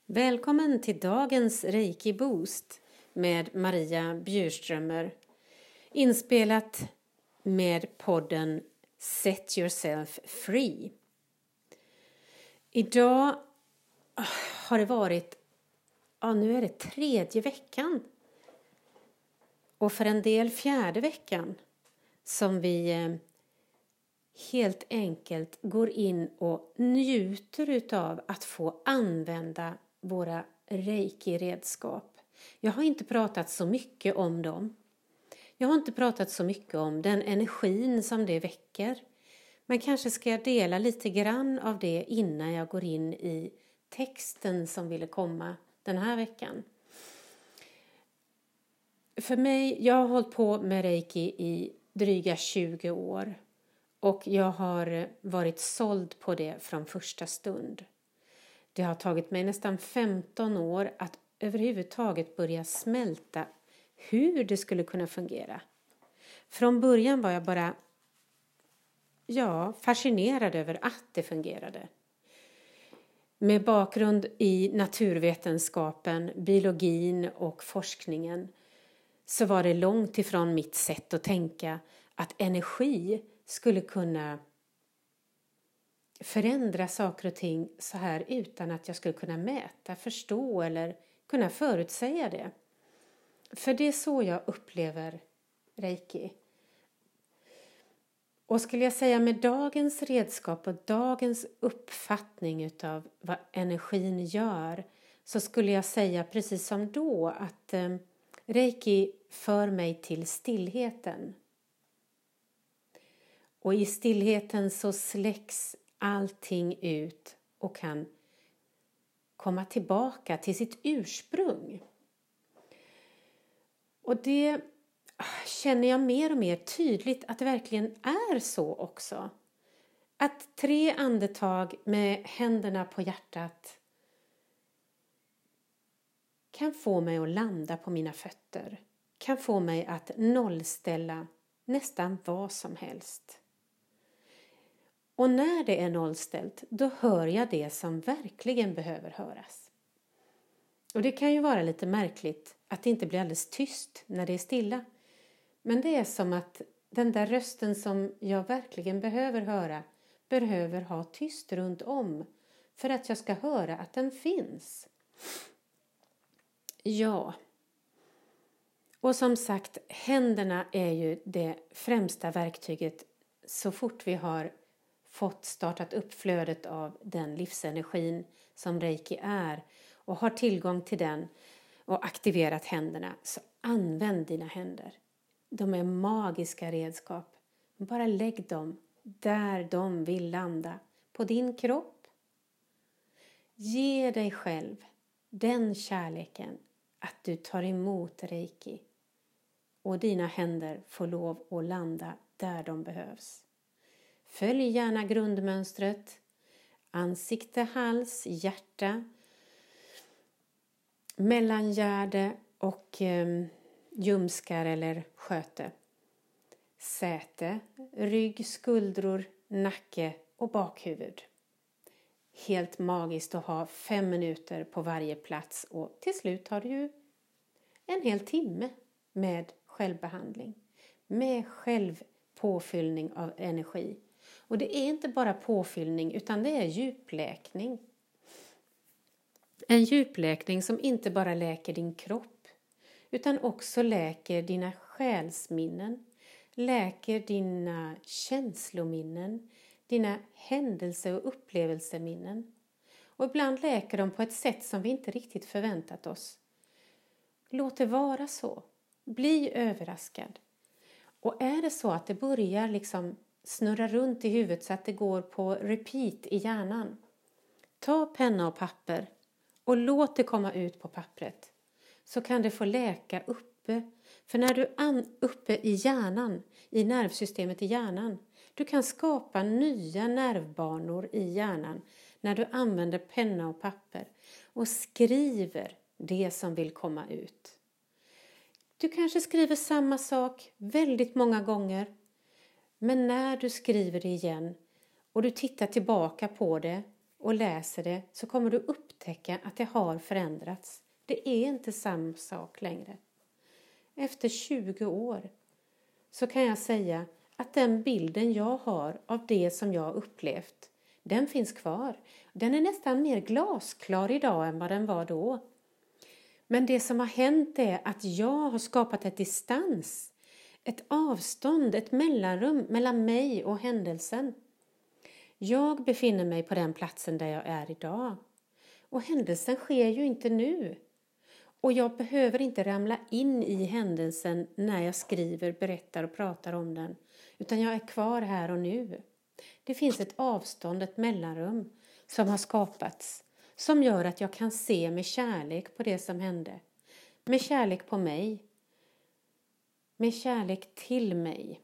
Välkommen till dagens Reiki Boost med Maria Bjurströmer. Inspelat med podden Set Yourself Free. Idag har det varit, nu är det 3:e veckan. Och för en del 4:e veckan som vi helt enkelt går in och njuter utav att få använda våra reiki-redskap. Jag har inte pratat så mycket om dem. Jag har inte pratat så mycket om den energin som det väcker. Men kanske ska jag dela lite grann av det innan jag går in i texten som ville komma den här veckan. För mig, jag har hållit på med reiki i dryga 20 år. Och jag har varit såld på det från första stund. Det har tagit mig nästan 15 år att överhuvudtaget börja smälta hur det skulle kunna fungera. Från början var jag bara fascinerad över att det fungerade. Med bakgrund i naturvetenskapen, biologin och forskningen så var det långt ifrån mitt sätt att tänka att energi skulle kunna förändra saker och ting så här utan att jag skulle kunna mäta, förstå eller kunna förutsäga det. För det är så jag upplever reiki. Och skulle jag säga med dagens redskap och dagens uppfattning utav vad energin gör, så skulle jag säga precis som då att reiki för mig till stillheten. Och i stillheten så släcks allting ut och kan komma tillbaka till sitt ursprung. Och det känner jag mer och mer tydligt att det verkligen är så också. Att 3 andetag med händerna på hjärtat kan få mig att landa på mina fötter. Kan få mig att nollställa nästan vad som helst. Och när det är nollställt, då hör jag det som verkligen behöver höras. Och det kan ju vara lite märkligt att det inte blir alldeles tyst när det är stilla. Men det är som att den där rösten som jag verkligen behöver höra behöver ha tyst runt om för att jag ska höra att den finns. Ja. Och som sagt, händerna är ju det främsta verktyget så fort vi har fått startat upp flödet av den livsenergin som reiki är och har tillgång till den och aktiverat händerna, så använd dina händer. De är magiska redskap. Bara lägg dem där de vill landa, på din kropp. Ge dig själv den kärleken att du tar emot reiki och dina händer får lov att landa där de behövs. Följ gärna grundmönstret, ansikte, hals, hjärta, mellangärde och ljumskar eller sköte. Säte, rygg, skuldror, nacke och bakhuvud. Helt magiskt att ha 5 minuter på varje plats och till slut har du ju en hel timme med självbehandling. Med självpåfyllning av energi. Och det är inte bara påfyllning utan det är djupläkning. En djupläkning som inte bara läker din kropp utan också läker dina själsminnen, läker dina känslominnen, dina händelse- och upplevelseminnen. Och ibland läker de på ett sätt som vi inte riktigt förväntat oss. Låt det vara så. Bli överraskad. Och är det så att det börjar liksom snurra runt i huvudet så att det går på repeat i hjärnan. Ta penna och papper och låt det komma ut på pappret. Så kan det få läka uppe. För när du är uppe i hjärnan, i nervsystemet i hjärnan, du kan skapa nya nervbanor i hjärnan när du använder penna och papper och skriver det som vill komma ut. Du kanske skriver samma sak väldigt många gånger. Men när du skriver det igen och du tittar tillbaka på det och läser det så kommer du upptäcka att det har förändrats. Det är inte samma sak längre. Efter 20 år så kan jag säga att den bilden jag har av det som jag upplevt, den finns kvar. Den är nästan mer glasklar idag än vad den var då. Men det som har hänt är att jag har skapat ett distans, ett avstånd, ett mellanrum mellan mig och händelsen. Jag befinner mig på den platsen där jag är idag. Och händelsen sker ju inte nu. Och jag behöver inte ramla in i händelsen när jag skriver, berättar och pratar om den. Utan jag är kvar här och nu. Det finns ett avstånd, ett mellanrum som har skapats. Som gör att jag kan se med kärlek på det som hände. Med kärlek på mig. Med kärlek till mig.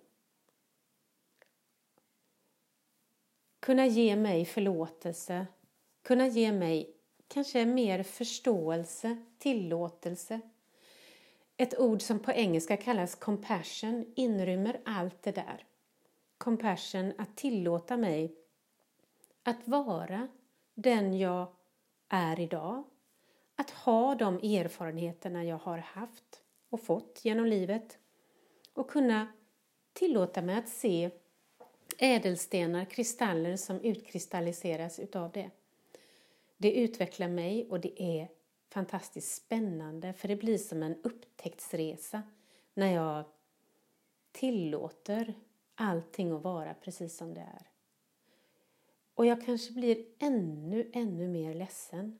Kunna ge mig förlåtelse. Kunna ge mig kanske mer förståelse, tillåtelse. Ett ord som på engelska kallas compassion inrymmer allt det där. Compassion, att tillåta mig att vara den jag är idag. Att ha de erfarenheterna jag har haft och fått genom livet. Och kunna tillåta mig att se ädelstenar, kristaller som utkristalliseras utav det. Det utvecklar mig och det är fantastiskt spännande för det blir som en upptäcktsresa när jag tillåter allting att vara precis som det är. Och jag kanske blir ännu mer ledsen.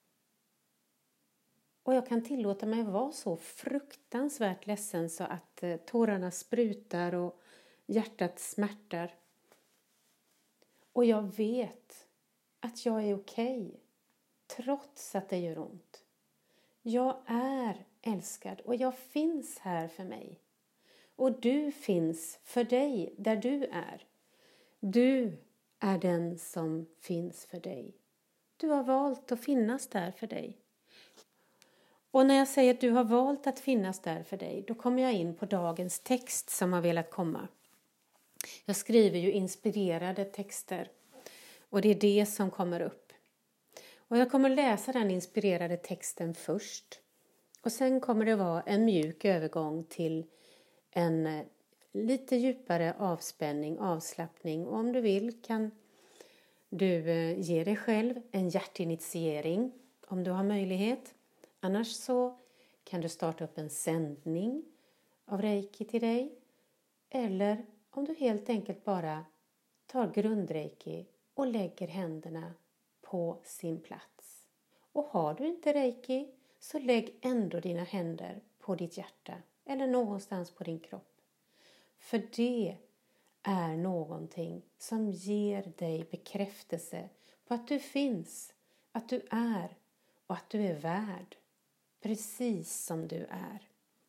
Och jag kan tillåta mig att vara så fruktansvärt ledsen så att tårarna sprutar och hjärtat smärtar. Och jag vet att jag är okej. Trots att det gör ont. Jag är älskad och jag finns här för mig. Och du finns för dig där du är. Du är den som finns för dig. Du har valt att finnas där för dig. Och när jag säger att du har valt att finnas där för dig, då kommer jag in på dagens text som har velat komma. Jag skriver ju inspirerade texter och det är det som kommer upp. Och jag kommer läsa den inspirerade texten först. Och sen kommer det vara en mjuk övergång till en lite djupare avspänning, avslappning. Och om du vill kan du ge dig själv en hjärtinitiering om du har möjlighet. Annars så kan du starta upp en sändning av reiki till dig. Eller om du helt enkelt bara tar grundreiki och lägger händerna på sin plats. Och har du inte reiki så lägg ändå dina händer på ditt hjärta eller någonstans på din kropp. För det är någonting som ger dig bekräftelse på att du finns, att du är och att du är värd precis som du är.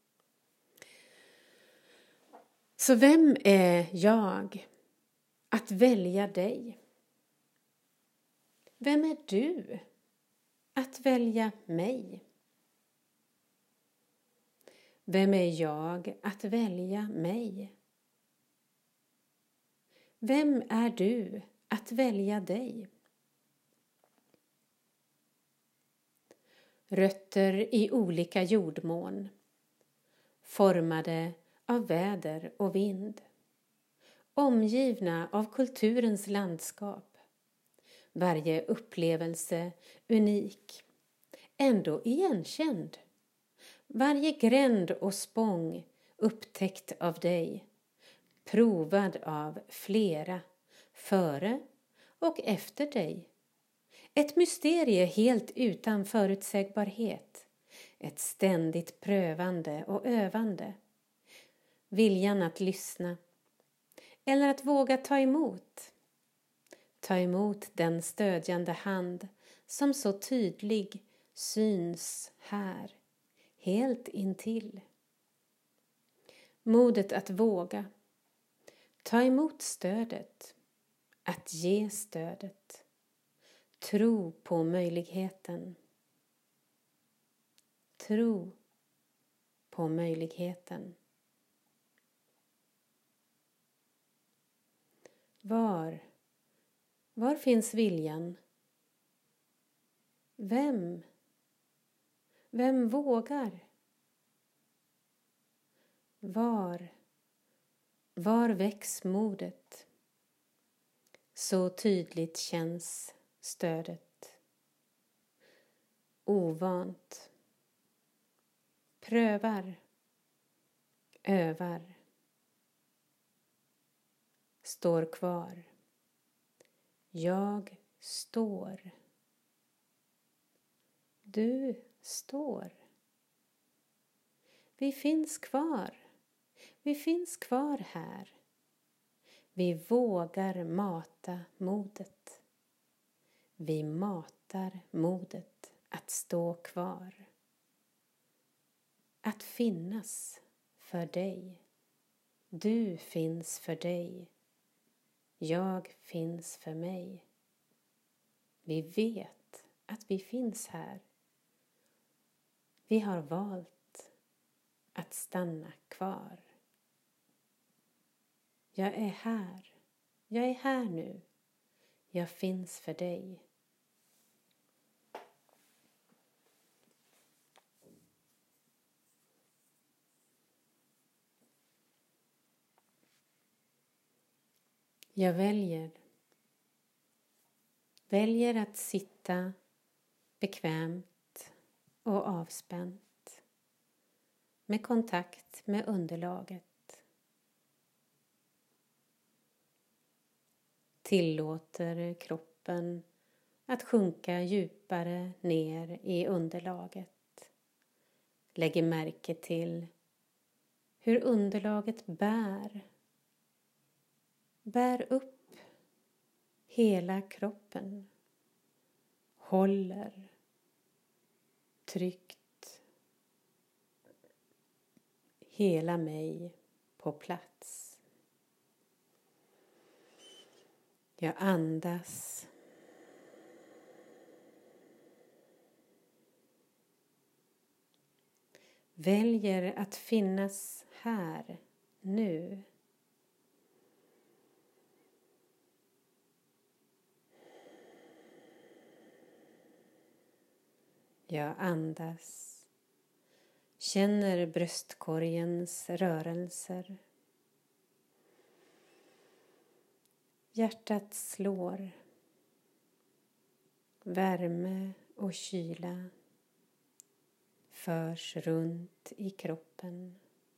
Så vem är jag att välja dig? Vem är du att välja mig? Vem är jag att välja mig? Vem är du att välja dig? Rötter i olika jordmån, formade av väder och vind, omgivna av kulturens landskap, varje upplevelse unik, ändå igenkänd, varje gränd och spång upptäckt av dig, provad av flera, före och efter dig. Ett mysterie helt utan förutsägbarhet, ett ständigt prövande och övande. Viljan att lyssna eller att våga ta emot. Ta emot den stödjande hand som så tydlig syns här, helt intill. Modet att våga. Ta emot stödet, att ge stödet. Tro på möjligheten. Tro på möjligheten. Var finns viljan Vem? Vem vågar? Var väcks modet? Så tydligt känns stödet. Ovant. Prövar. Övar. Står kvar. Jag står. Du står. Vi finns kvar. Vi finns kvar här. Vi vågar mata modet. Vi matar modet att stå kvar. Att finnas för dig. Du finns för dig. Jag finns för mig. Vi vet att vi finns här. Vi har valt att stanna kvar. Jag är här. Jag är här nu. Jag finns för dig. Jag väljer att sitta bekvämt och avspänt med kontakt med underlaget. Tillåter kroppen att sjunka djupare ner i underlaget. Lägger märke till hur underlaget bär upp hela kroppen. Håller tryggt hela mig på plats. Jag andas. Väljer att finnas här nu. Jag andas. Känner bröstkorgens rörelser. Hjärtat slår. Värme och kyla förs runt i kroppen.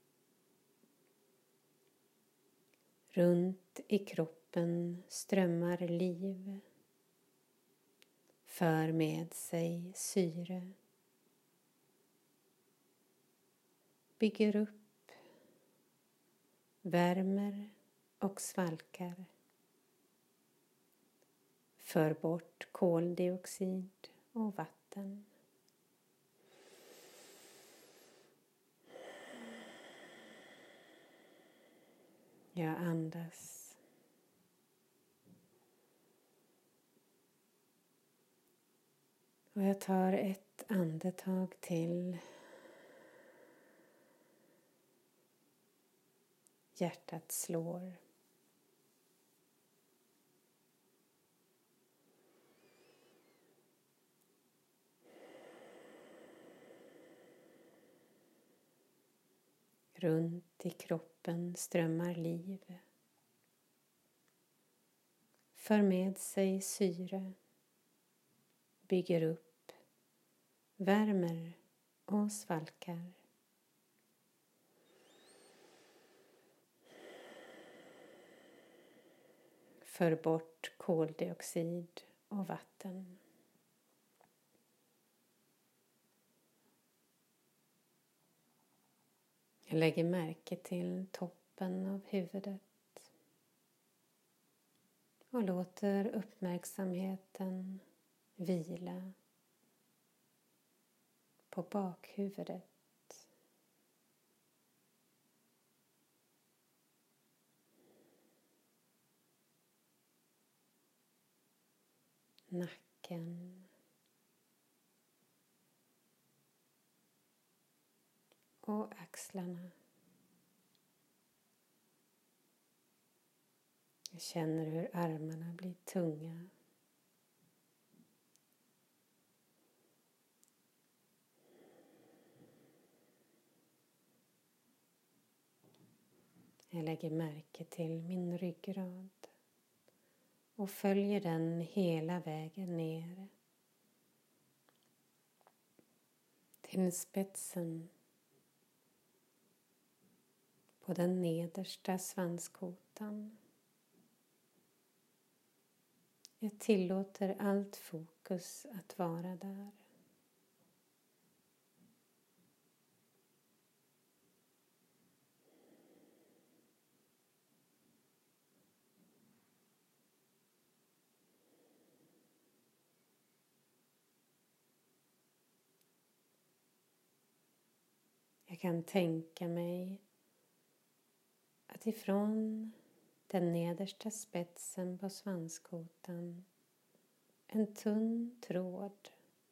Runt i kroppen strömmar liv. För med sig syre. Bygger upp. Värmer och svalkar. För bort koldioxid och vatten. Jag andas. Och jag tar ett andetag till. Hjärtat slår. Runt i kroppen strömmar liv. För med sig syre. Bygger upp. Värmer och svalkar. För bort koldioxid och vatten. Jag lägger märke till toppen av huvudet. Och låter uppmärksamheten vila på bakhuvudet. Nacken. Och axlarna. Jag känner hur armarna blir tunga. Jag lägger märke till min ryggrad och följer den hela vägen ner till spetsen på den nedersta svanskotan. Jag tillåter allt fokus att vara där. Jag kan tänka mig att ifrån den nedersta spetsen på svanskotan en tunn tråd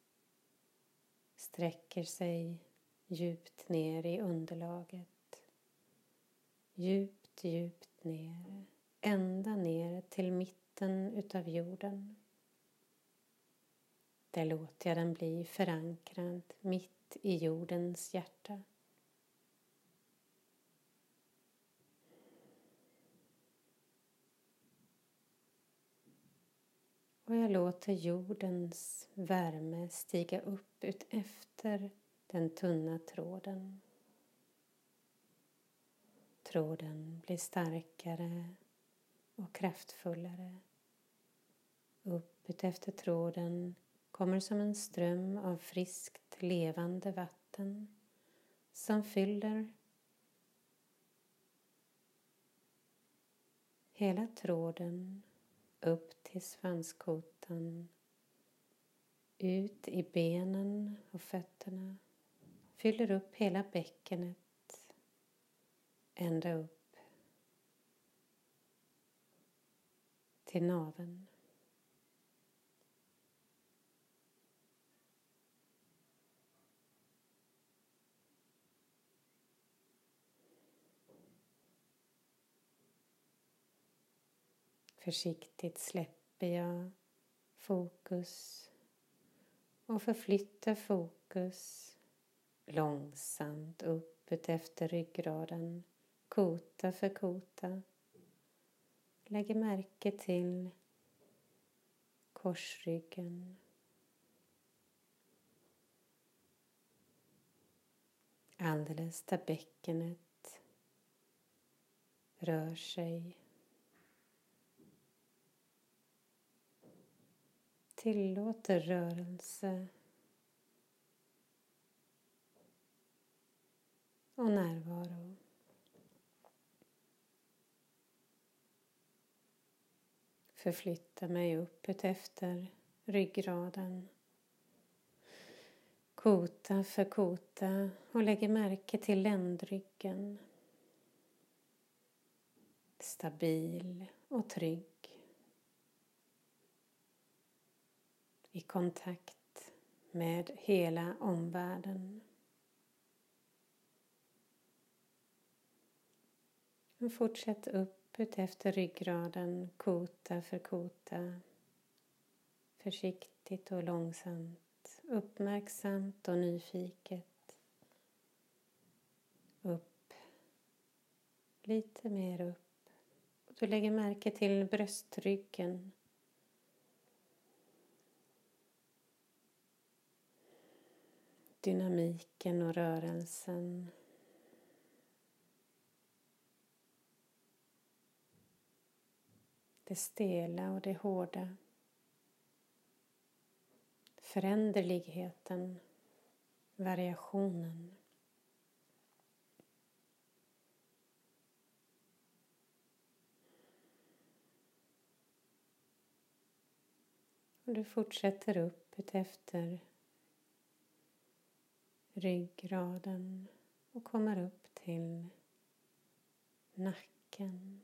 sträcker sig djupt ner i underlaget. Djupt, djupt ner. Ända ner till mitten utav jorden. Där låter jag den bli förankrad mitt i jordens hjärta. Och jag låter jordens värme stiga upp ut efter den tunna tråden. Tråden blir starkare och kraftfullare. Upp ut efter tråden kommer som en ström av friskt levande vatten som fyller hela tråden upp till svanskotan, ut i benen och fötterna, fyller upp hela bäckenet, ända upp till naveln. Försiktigt släpper jag fokus och förflyttar fokus långsamt upp efter ryggraden, kota för kota. Lägger märke till korsryggen. Alldeles där bäckenet rör sig. Tillåter rörelse och närvaro. Förflytta mig upp efter ryggraden. Kota för kota och lägger märke till ländryggen. Stabil och trygg. I kontakt med hela omvärlden. Och fortsätt upp efter ryggraden, kota för kota. Försiktigt och långsamt, uppmärksamt och nyfiket. Upp, lite mer upp. Och du lägger märke till bröstryggen. Dynamiken och rörelsen. Det stela och det hårda. Föränderligheten, variationen. Och du fortsätter upp efter ryggraden och kommer upp till nacken.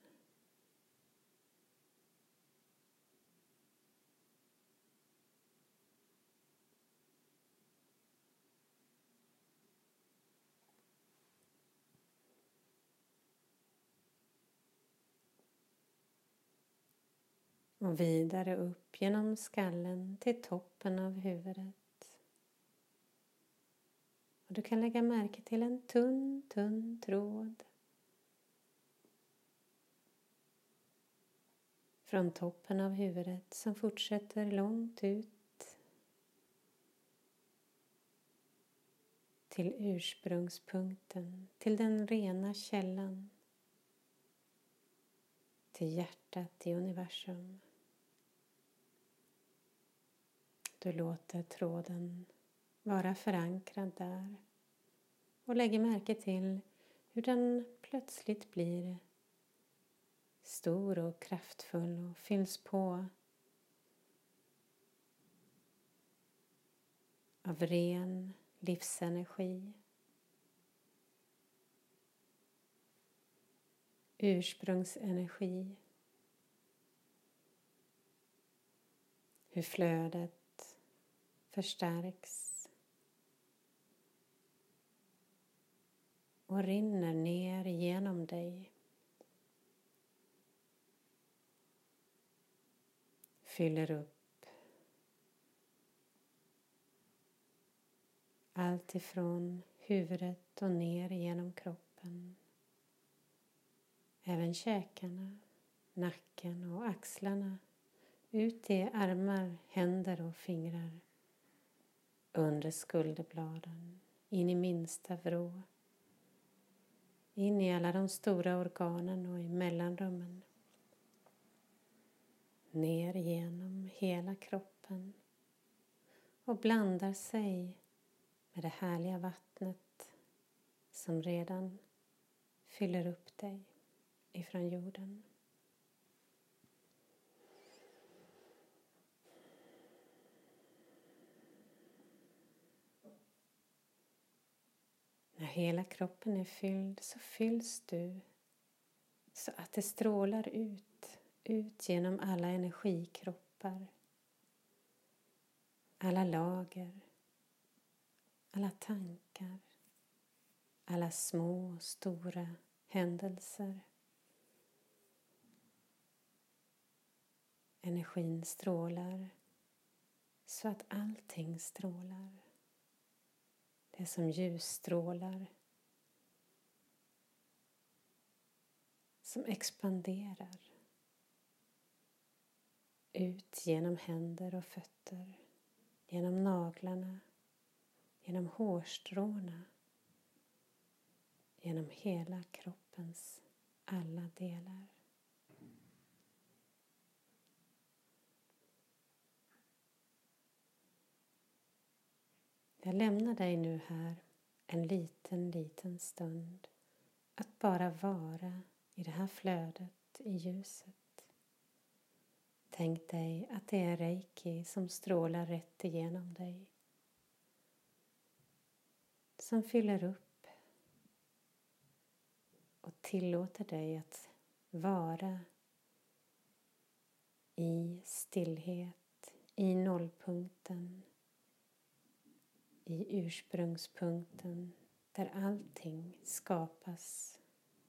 Och vidare upp genom skallen till toppen av huvudet. Och du kan lägga märke till en tunn tråd från toppen av huvudet som fortsätter långt ut till ursprungspunkten, till den rena källan, till hjärtat i universum. Du låter tråden vara förankrad där och lägger märke till hur den plötsligt blir stor och kraftfull och fylls på av ren livsenergi. Ursprungsenergi. Hur flödet förstärks och rinner ner genom dig. Fyller upp allt ifrån huvudet och ner genom kroppen. Även käkarna, nacken och axlarna. Ut i armar, händer och fingrar. Under skulderbladen. In i minsta vrå. In i alla de stora organen och i mellanrummen. Ner genom hela kroppen. Och blandar sig med det härliga vattnet som redan fyller upp dig ifrån jorden. När hela kroppen är fylld så fylls du så att det strålar ut genom alla energikroppar, alla lager, alla tankar, alla små och stora händelser. Energin strålar så att allting strålar. Det är som ljusstrålar som expanderar ut genom händer och fötter, genom naglarna, genom hårstråna, genom hela kroppens alla delar. Jag lämnar dig nu här en liten stund att bara vara i det här flödet i ljuset. Tänk dig att det är reiki som strålar rätt igenom dig. Som fyller upp och tillåter dig att vara i stillhet, i nollpunkten, i ursprungspunkten där allting skapas.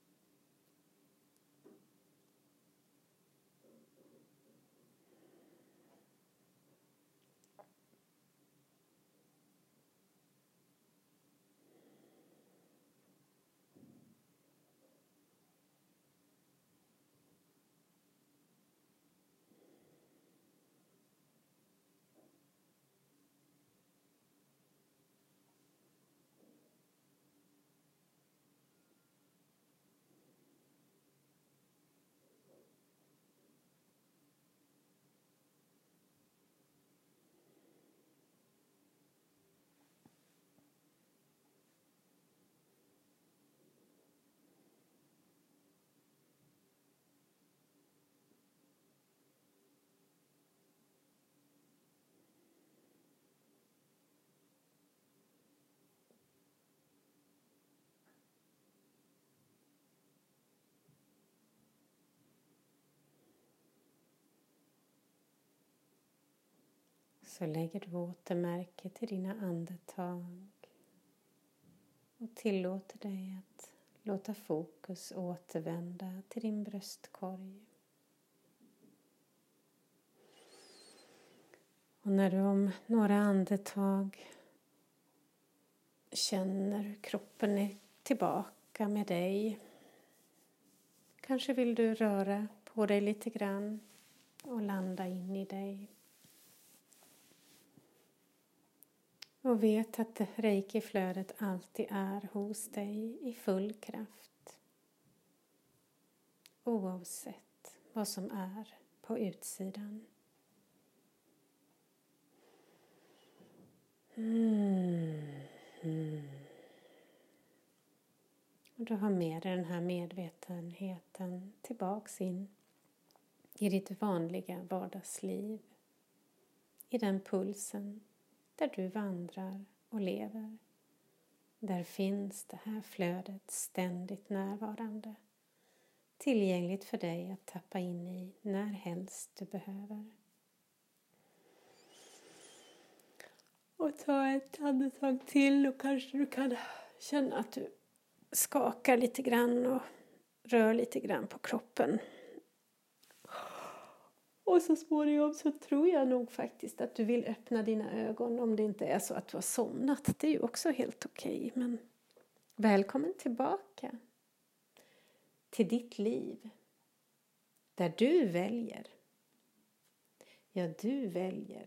Så lägger du återmärke till dina andetag och tillåter dig att låta fokus återvända till din bröstkorg. Och när du om några andetag känner hur kroppen är tillbaka med dig, kanske vill du röra på dig lite grann och landa in i dig. Och vet att reikiflödet alltid är hos dig i full kraft. Oavsett vad som är på utsidan. Och du har med dig den här medvetenheten tillbaks in i ditt vanliga vardagsliv. I den pulsen där du vandrar och lever. Där finns det här flödet ständigt närvarande. Tillgängligt för dig att tappa in i när helst du behöver. Och ta ett andetag till och kanske du kan känna att du skakar lite grann och rör lite grann på kroppen. Och så småningom så tror jag nog faktiskt att du vill öppna dina ögon om det inte är så att du har somnat. Det är ju också helt okej. Men välkommen tillbaka till ditt liv. Där du väljer. Ja, du väljer.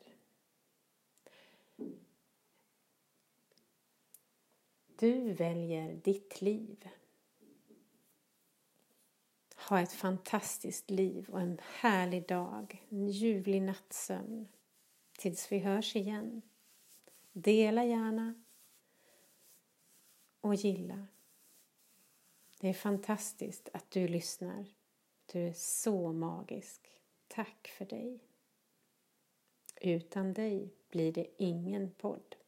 Du väljer ditt liv. Ha ett fantastiskt liv och en härlig dag. En ljuvlig nattsömn. Tills vi hörs igen. Dela gärna. Och gilla. Det är fantastiskt att du lyssnar. Du är så magisk. Tack för dig. Utan dig blir det ingen podd.